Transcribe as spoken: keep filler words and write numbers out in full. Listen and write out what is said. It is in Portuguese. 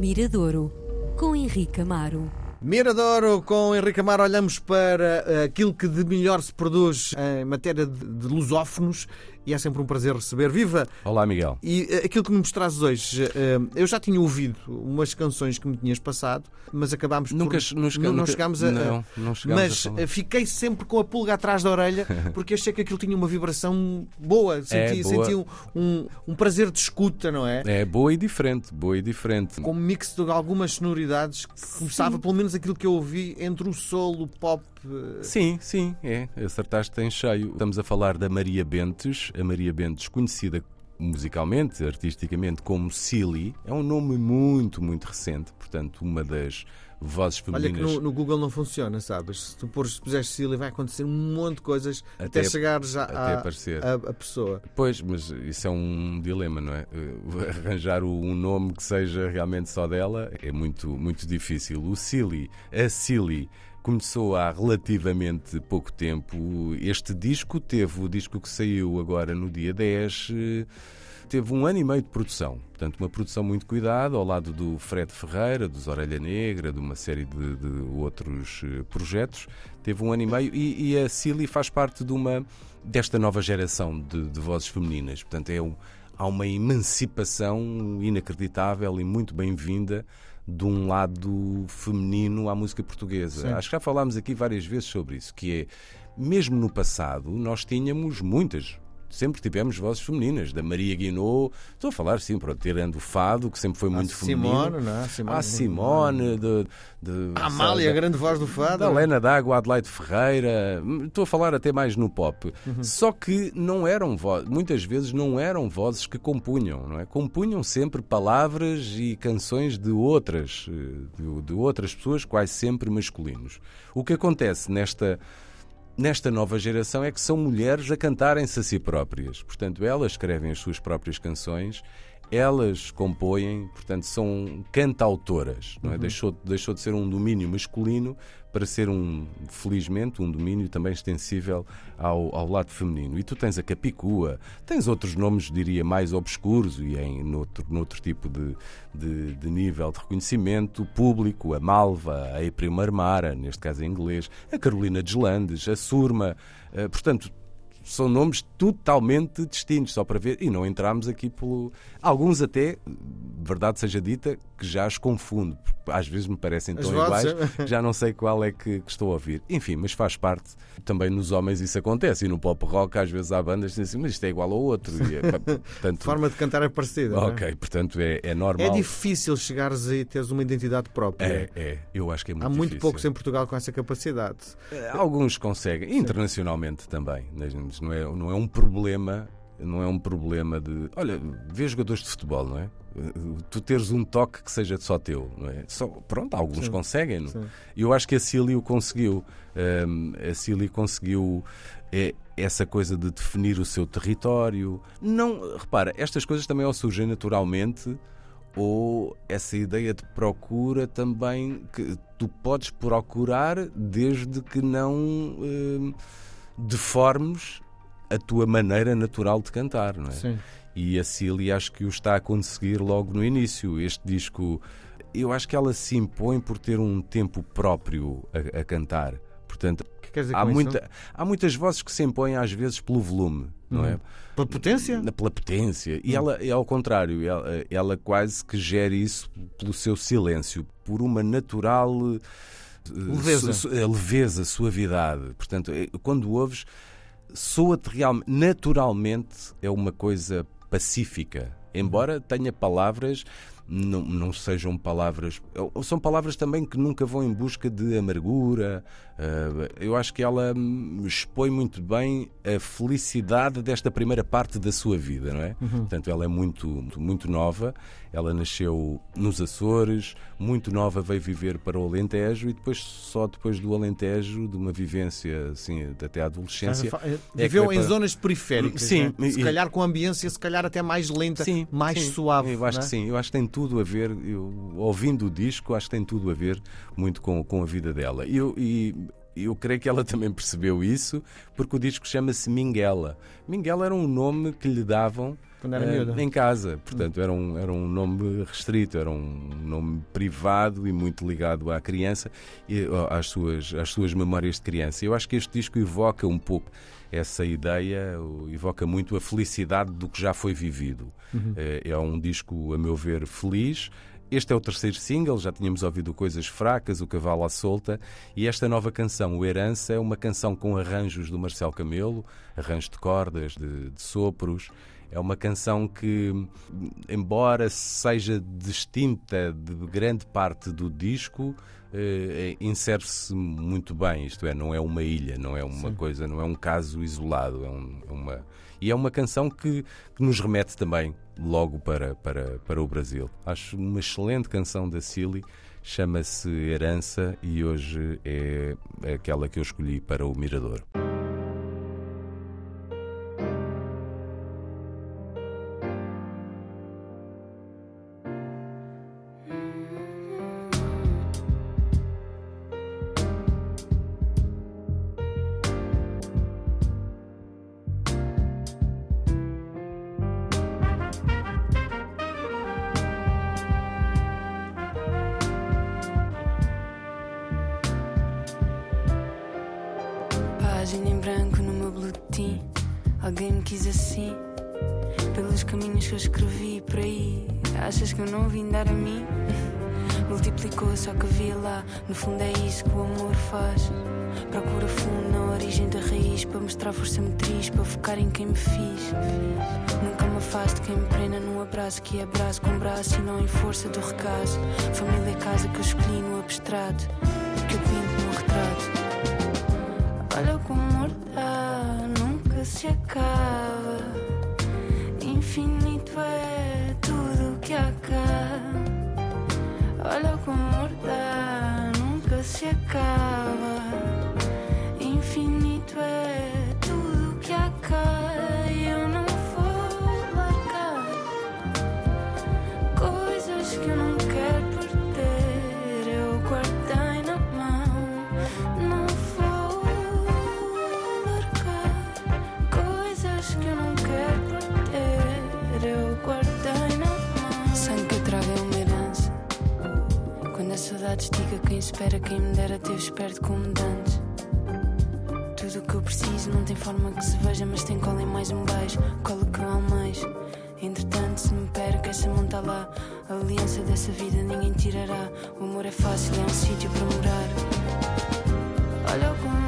Miradouro, com Henrique Amaro. Miradouro, com Henrique Amaro, olhamos para aquilo que de melhor se produz em matéria de lusófonos e é sempre um prazer receber. Viva! Olá, Miguel. E aquilo que nos trazes hoje, eu já tinha ouvido umas canções que me tinhas passado, mas acabámos nunca, por... Nunca, não, não nunca, chegámos a... Não, não chegámos mas a fiquei sempre com a pulga atrás da orelha, porque achei que aquilo tinha uma vibração boa. Senti, é, boa. senti um, um, um prazer de escuta, não é? É boa e diferente, boa e diferente. Com um mix de algumas sonoridades que começava, pelo menos aquilo que eu ouvi, entre o soul, o pop... Sim, sim, é. Acertaste em cheio. Estamos a falar da Maria Bentes. A Maria Bentes, conhecida musicalmente, artisticamente, como Silly. É um nome muito, muito recente. Portanto, uma das vozes femininas... Olha que no, no Google não funciona, sabes? Se tu pôres, se puseres Silly, vai acontecer um monte de coisas até, até chegar já até à, aparecer. A, a pessoa. Pois, mas isso é um dilema, não é? Arranjar um nome que seja realmente só dela é muito, muito difícil. O Silly, a Silly... começou há relativamente pouco tempo. Este disco teve, o disco que saiu agora no dia dez, teve um ano e meio de produção. Portanto, uma produção muito cuidada, ao lado do Fred Ferreira, dos Orelha Negra, de uma série de, de outros projetos. Teve um ano e meio e, e a Silly faz parte de uma, desta nova geração de, de vozes femininas. Portanto, é um, há uma emancipação inacreditável e muito bem-vinda de um lado feminino à música portuguesa. Sim. Acho que já falámos aqui várias vezes sobre isso, que é, mesmo no passado, nós tínhamos muitas, sempre tivemos vozes femininas, da Maria Guinot, estou a falar, sim, para tirando o fado, que sempre foi muito a feminino. Simone, não é? Simone, a Simone, de, de, a Amália, a grande voz do fado. Da Helena D'Água, Adelaide Ferreira, estou a falar até mais no pop. Uhum. Só que não eram vozes, muitas vezes não eram vozes que compunham, não é? Compunham sempre palavras e canções de outras, de, de outras pessoas, quase sempre masculinos. O que acontece nesta... Nesta nova geração é que são mulheres a cantarem-se a si próprias. Portanto, elas escrevem as suas próprias canções, elas compõem, portanto, são cantautoras. Não é? Uhum. deixou, deixou de ser um domínio masculino para ser, um, felizmente, um domínio também extensível ao, ao lado feminino. E tu tens a Capicua, tens outros nomes, diria, mais obscuros e em noutro, noutro tipo de, de, de nível de reconhecimento público, a Malva, a April Marmara, neste caso em inglês, a Carolina Deslandes, a Surma, uh, portanto, são nomes totalmente distintos, só para ver, e não entramos aqui pelo... Alguns até, verdade seja dita, que já os confundo, porque às vezes me parecem tão iguais, já não sei qual é que, que estou a ouvir. Enfim, mas faz parte, também nos homens isso acontece, e no pop rock às vezes há bandas que dizem assim, mas isto é igual ao outro. E é, portanto... A forma de cantar é parecida. Ok, não é? Portanto é, é normal. É difícil chegares aí e teres uma identidade própria. É, é, eu acho que é muito Há difícil. muito poucos em Portugal com essa capacidade. Alguns conseguem, Sim. internacionalmente também, não é, não é um problema, não é um problema de... Olha, vê jogadores de futebol, não é? Tu teres um toque que seja só teu, não é? Só, pronto, alguns Sim. conseguem. E eu acho que a Silly o conseguiu. Um, a Silly conseguiu é, essa coisa de definir o seu território. Não, repara, estas coisas também ou surgem naturalmente, ou essa ideia de procura também que tu podes procurar desde que não um, deformes a tua maneira natural de cantar, não é? Sim. E a Silly acho que o está a conseguir logo no início. Este disco, eu acho que ela se impõe por ter um tempo próprio a, a cantar. Portanto, que quer dizer há, com muita, isso? há muitas vozes que se impõem às vezes pelo volume, não uhum. é? Pela potência? Pela potência. E uhum. ela é ao contrário, ela, ela quase que gera isso pelo seu silêncio, por uma natural leveza, su, su, leveza suavidade. Portanto, quando ouves, soa-te realmente, naturalmente, é uma coisa pacífica, embora tenha palavras, não, não sejam palavras, são palavras também que nunca vão em busca de amargura. Eu acho que ela expõe muito bem a felicidade desta primeira parte da sua vida, não é? Uhum. Portanto, ela é muito, muito nova, ela nasceu nos Açores, muito nova veio viver para o Alentejo e depois, só depois do Alentejo, de uma vivência assim, até a adolescência... Viveu é em para... zonas periféricas, sim, né? Se e... calhar com ambiência, se calhar até mais lenta, sim, mais sim, suave. Eu acho não é? que sim, eu acho que tem tudo a ver, eu, ouvindo o disco, acho que tem tudo a ver muito com, com a vida dela. E eu, e, eu creio que ela também percebeu isso, porque o disco chama-se Minguela. Minguela era um nome que lhe davam Quando era miúda. uh, em casa. Portanto, era um, era um nome restrito, era um nome privado e muito ligado à criança e às suas, às suas memórias de criança. Eu acho que este disco evoca um pouco essa ideia, evoca muito a felicidade do que já foi vivido. Uhum. É um disco, a meu ver, feliz. Este é o terceiro single, já tínhamos ouvido Coisas Fracas, O Cavalo à Solta, e esta nova canção, O Herança, é uma canção com arranjos do Marcelo Camelo, arranjos de cordas, de, de sopros. É uma canção que, embora seja distinta de grande parte do disco, eh, insere-se muito bem. Isto é, não é uma ilha, não é uma Sim. coisa, não é um caso isolado. É um, uma... E é uma canção que, que nos remete também logo para, para, para o Brasil. Acho uma excelente canção da Cíli, chama-se Herança e hoje é aquela que eu escolhi para o Mirador. Página em branco no meu boletim, alguém me quis assim, pelos caminhos que eu escrevi por aí. Achas que eu não vim dar a mim? Multiplicou só que havia lá, no fundo é isso que o amor faz. Procura fundo na origem da raiz, para mostrar força motriz, para focar em quem me fiz. Nunca me afasto quem me prenda num abraço, que abraço com braço e não em força do recaso. Família é casa que eu escolhi no abstrato, que eu pinto no retrato. Olha como o amor dá, nunca se acaba. Infinito é tudo que há cá. Olha como o amor dá, nunca se acaba. Infinito é tudo que há cá. E eu não vou largar coisas que eu não quero perder. Eu guardei na mão, não vou que eu não quero perder, eu guardei na mão. Sangue que eu trago é uma herança. Quando a saudade estica, quem espera, quem me dera teve perto como dantes. Tudo o que eu preciso não tem forma que se veja, mas tem cola em mais um beijo, cola que eu almejo. Entretanto, se me perco, essa mão está lá. A aliança dessa vida ninguém tirará. O amor é fácil, é um sítio para morar. Olha como